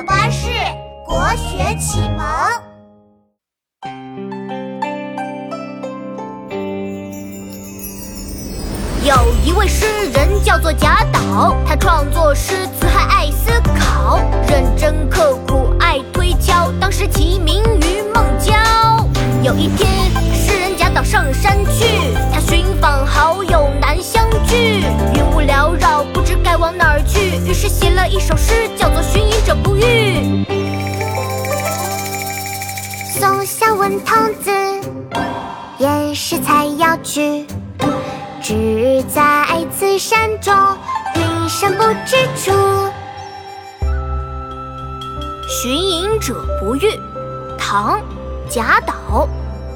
巴士国学启蒙。 有一位诗人叫做贾岛，他创作诗词还爱思考，认真刻苦爱推敲，当时其名于孟郊。有一天，诗人贾岛上山去，他寻访好友难相聚，云雾缭绕，不知该往哪儿去，于是写了一首诗，叫做《寻隐者不遇》。 松下问童子，言师采药去。只在此山中，云深不知处。 寻隐者不遇，唐·贾岛。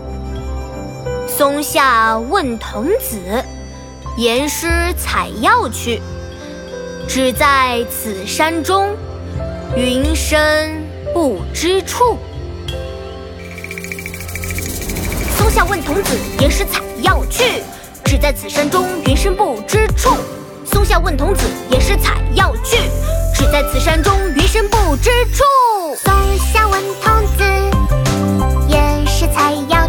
松下问童子，言师采药去。只在此山中，云深不知处。松下问童子，言师采药去。只在此山中，云深不知处。松下问童子，言师采药去。只在此山中，云深不知处。 松下问童子，言师采药